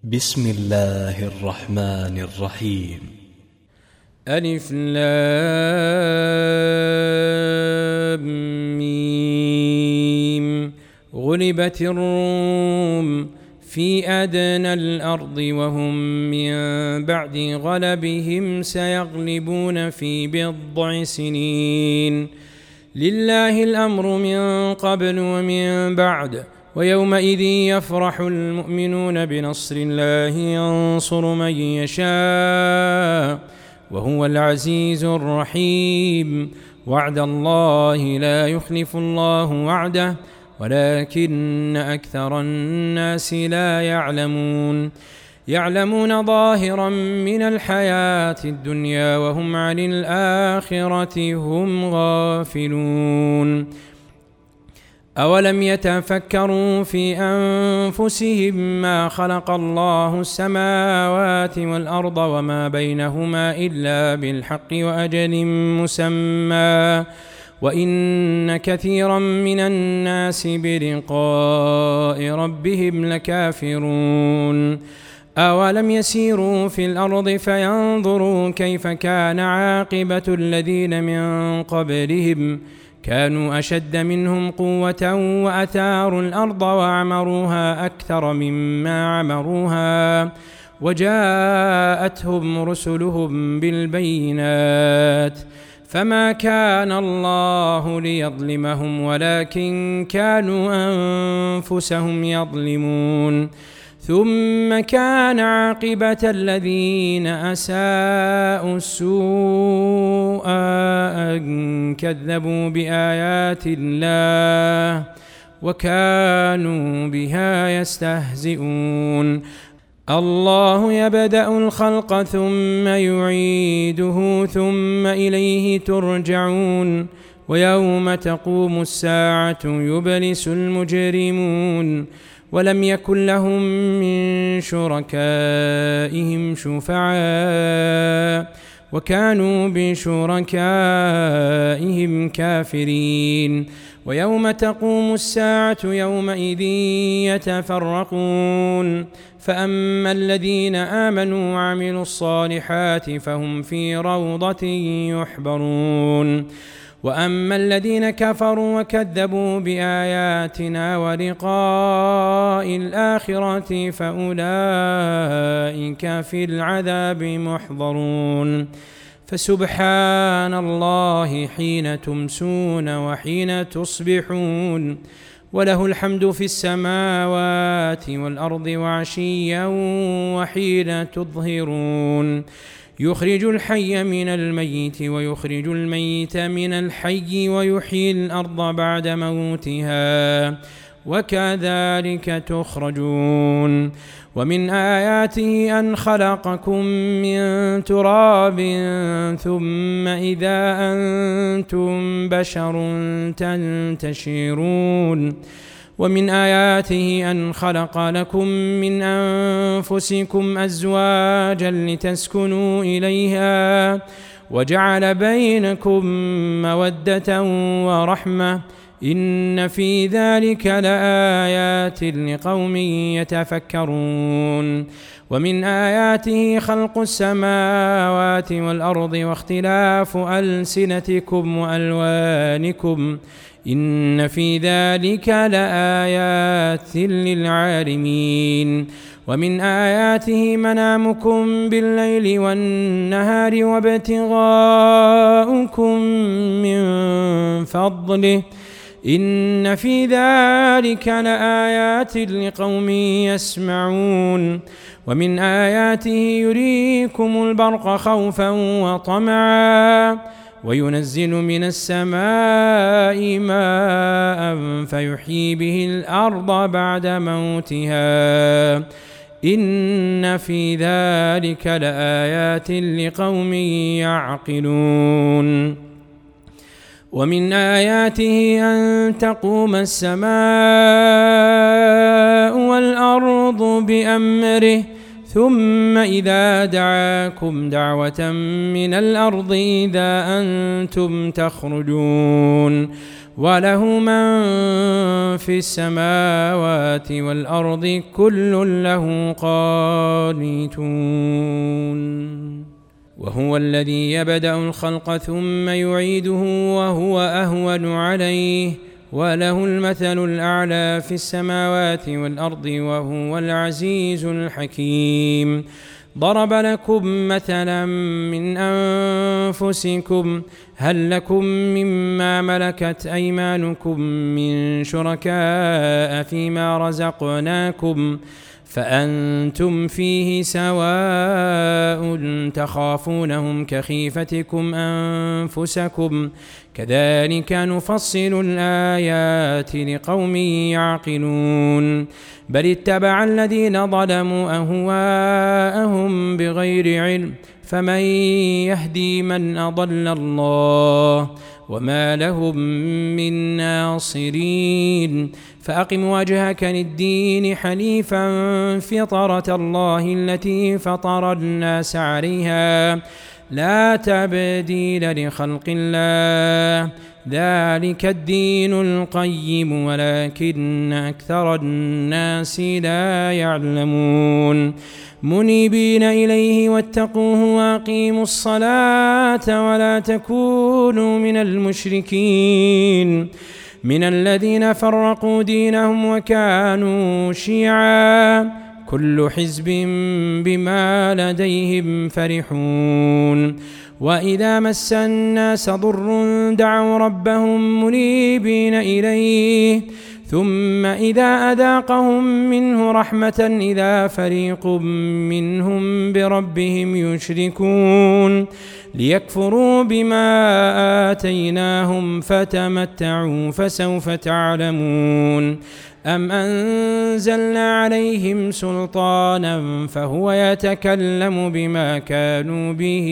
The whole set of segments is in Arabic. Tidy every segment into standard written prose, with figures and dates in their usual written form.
بسم الله الرحمن الرحيم. ألف لام ميم. غلبت الروم في أدنى الأرض وهم من بعد غلبهم سيغلبون في بضع سنين. لله الأمر من قبل ومن بعد، ويومئذ يفرح المؤمنون بنصر الله ينصر من يشاء وهو العزيز الرحيم. وعد الله لا يخلف الله وعده ولكن أكثر الناس لا يعلمون ظاهرا من الحياة الدنيا وهم عن الآخرة هم غافلون. أولم يتفكروا في أنفسهم ما خلق الله السماوات والأرض وما بينهما إلا بالحق وأجل مسمى وإن كثيرا من الناس بلقاء ربهم لكافرون. أولم يسيروا في الأرض فينظروا كيف كان عاقبة الذين من قبلهم كانوا أشد منهم قوة وأثاروا الأرض وعمروها أكثر مما عمروها وجاءتهم رسلهم بالبينات فما كان الله ليظلمهم ولكن كانوا أنفسهم يظلمون. ثم كان عاقبة الذين أساءوا السوء أن كذبوا بآيات الله وكانوا بها يستهزئون. الله يبدأ الخلق ثم يعيده ثم إليه ترجعون. ويوم تقوم الساعة يبلس المجرمون ولم يكن لهم من شركائهم شفعاء وكانوا بشركائهم كافرين. ويوم تقوم الساعة يومئذ يتفرقون فأما الذين آمنوا وعملوا الصالحات فهم في روضة يحبرون وأما الذين كفروا وكذبوا بآياتنا ولقاء الآخرة فأولئك في العذاب محضرون. فسبحان الله حين تمسون وحين تصبحون وله الحمد في السماوات والأرض وعشيا وحين تظهرون. يخرج الحي من الميت ويخرج الميت من الحي ويحيي الأرض بعد موتها وكذلك تخرجون. ومن آياته أن خلقكم من تراب ثم إذا أنتم بشر تنتشرون. ومن آياته أن خلق لكم من أنفسكم أزواجا لتسكنوا إليها وجعل بينكم مودة ورحمة إن في ذلك لآيات لقوم يتفكرون. ومن آياته خلق السماوات والأرض واختلاف ألسنتكم وألوانكم إن في ذلك لآيات للعالمين. ومن آياته منامكم بالليل والنهار وابتغاؤكم من فضله إن في ذلك لآيات لقوم يسمعون. ومن آياته يريكم البرق خوفا وطمعا وينزل من السماء ماء فيحيي به الأرض بعد موتها إن في ذلك لآيات لقوم يعقلون. ومن آياته أن تقوم السماء والأرض بأمره ثم إذا دعاكم دعوة من الأرض إذا أنتم تخرجون وله من في السماوات والأرض كل له قانتون وهو الذي يبدأ الخلق ثم يعيده وهو أهون عليه وله المثل الأعلى في السماوات والأرض وهو العزيز الحكيم ضرب لكم مثلا من أنفسكم هل لكم مما ملكت أيمانكم من شركاء فيما رزقناكم فأنتم فيه سواء تخافونهم كخيفتكم أنفسكم كذلك نفصل الآيات لقوم يعقلون بل اتبع الذين ظلموا أهواءهم بغير علم فمن يهدي من أضل الله وما لهم من ناصرين فأقم وجهك للدين حنيفا فطرة الله التي فطر الناس عليها لا تبديل لخلق الله ذلك الدين القيم ولكن أكثر الناس لا يعلمون منيبين إليه واتقوه وأقيموا الصلاة ولا تكونوا من المشركين من الذين فرقوا دينهم وكانوا شيعا كل حزب بما لديهم فرحون وإذا مس الناس ضر دعوا ربهم منيبين إليه ثم إذا أذاقهم منه رحمة إذا فريق منهم بربهم يشركون ليكفروا بما آتيناهم فتمتعوا فسوف تعلمون أم أنزلنا عليهم سلطانا فهو يتكلم بما كانوا به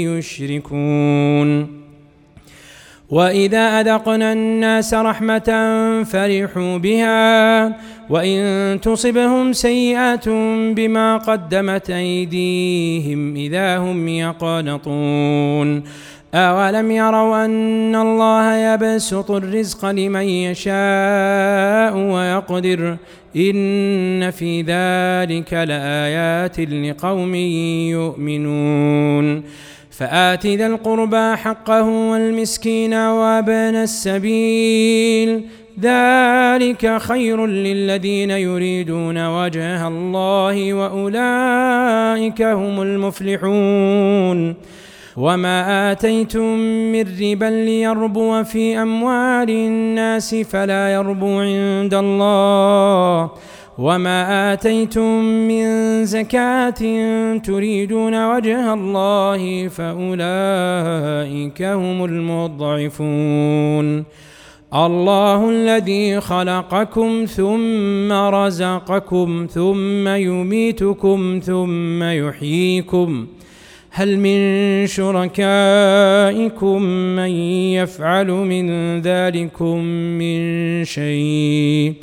يشركون وإذا أذقنا الناس رحمة فرحوا بها وإن تصبهم سيئة بما قدمت أيديهم إذا هم يقنطون أولم يروا أن الله يبسط الرزق لمن يشاء ويقدر إن في ذلك لآيات لقوم يؤمنون فآت ذا القربى حقه والمسكين وابن السبيل ذلك خير للذين يريدون وجه الله وأولئك هم المفلحون وما آتيتم من ربا ليربو في أموال الناس فلا يربو عند الله وما آتيتم من زكاة تريدون وجه الله فأولئك هم المضعفون الله الذي خلقكم ثم رزقكم ثم يميتكم ثم يحييكم هل من شركائكم من يفعل من ذلكم من شيء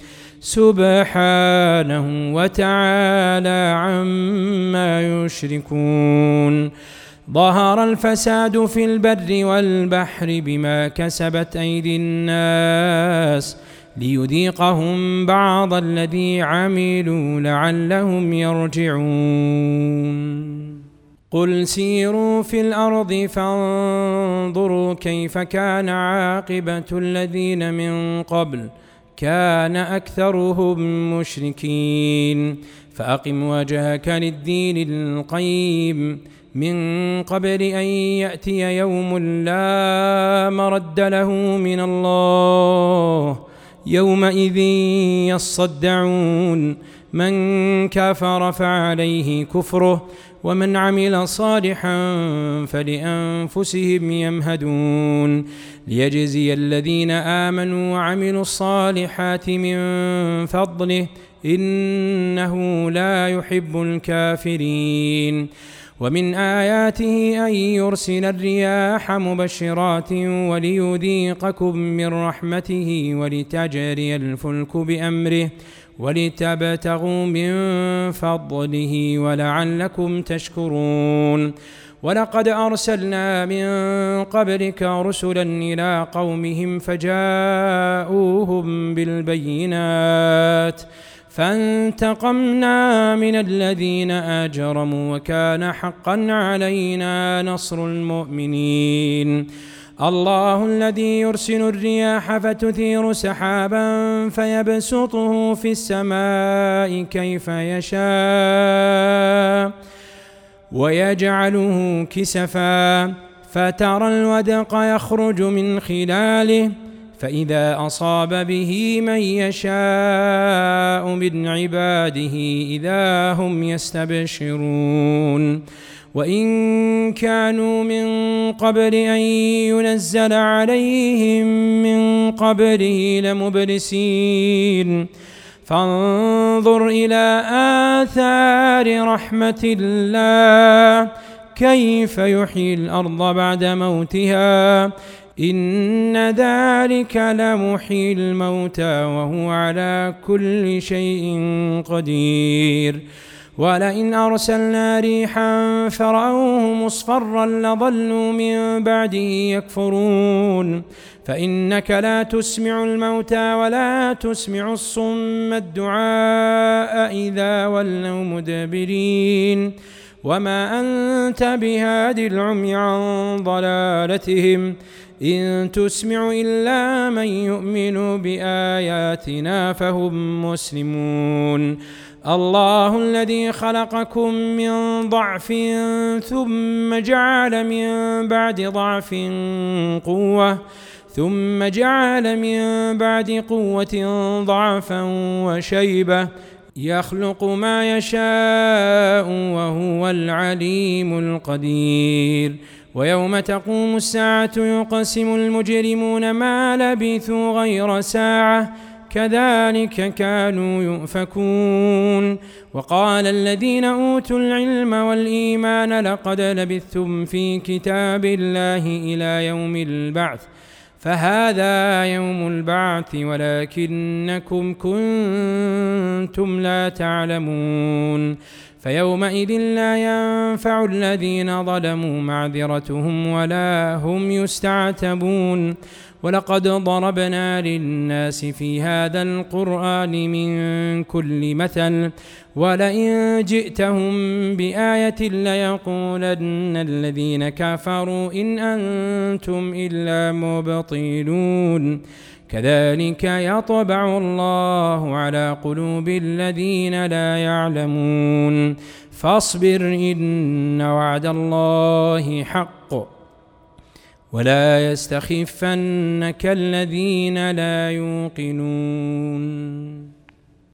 سبحانه وتعالى عما يشركون ظهر الفساد في البر والبحر بما كسبت أيدي الناس ليذيقهم بعض الذي عملوا لعلهم يرجعون قل سيروا في الأرض فانظروا كيف كان عاقبة الذين من قبل كان أكثرهم مشركين فأقم وجهك للدين القيم من قبل أن يأتي يوم لا مرد له من الله يومئذ يصدعون من كفر فعليه كفره ومن عمل صالحا فلأنفسهم يمهدون ليجزي الذين آمنوا وعملوا الصالحات من فضله إنه لا يحب الكافرين ومن آياته أن يرسل الرياح مبشرات وليذيقكم من رحمته ولتجري الفلك بأمره ولتبتغوا من فضله ولعلكم تشكرون. ولقد أرسلنا من قبلك رسلا إلى قومهم فجاءوهم بالبينات فانتقمنا من الذين أجرموا وكان حقا علينا نصر المؤمنين. الله الذي يرسل الرياح فتثير سحابا فيبسطه في السماء كيف يشاء ويجعله كسفا فترى الودق يخرج من خلاله فإذا أصاب به من يشاء من عباده إذا هم يستبشرون. وإن كانوا من قبل أن ينزل عليهم من قبله لمبلسين فانظر إلى آثار رحمة الله كيف يحيي الأرض بعد موتها إن ذلك لمحيي الموتى وهو على كل شيء قدير. ولئن أرسلنا ريحا فرأوه مصفرا لظلوا من بعده يكفرون فإنك لا تسمع الموتى ولا تسمع الصم الدعاء إذا ولوا مدبرين وما أنت بهاد العمي عن ضلالتهم إن تسمع إلا من يؤمن بآياتنا فهم مسلمون. الله الذي خلقكم من ضعف ثم جعل من بعد ضعف قوة ثم جعل من بعد قوة ضعفا وشيبة يخلق ما يشاء وهو العليم القدير. ويوم تقوم الساعة يقسم المجرمون ما لبثوا غير ساعة كذلك كانوا يؤفكون. وقال الذين أوتوا العلم والإيمان لقد لبثتم في كتاب الله إلى يوم البعث فهذا يوم البعث ولكنكم كنتم لا تعلمون. فيومئذ لا ينفع الذين ظلموا معذرتهم ولا هم يستعتبون. ولقد ضربنا للناس في هذا القرآن من كل مثل ولئن جئتهم بآية ليقولن الذين كفروا إن أنتم إلا مبطلون. كذلك يطبع الله على قلوب الذين لا يعلمون. فاصبر إن وعد الله حق ولا يستخفنك الذين لا يوقنون.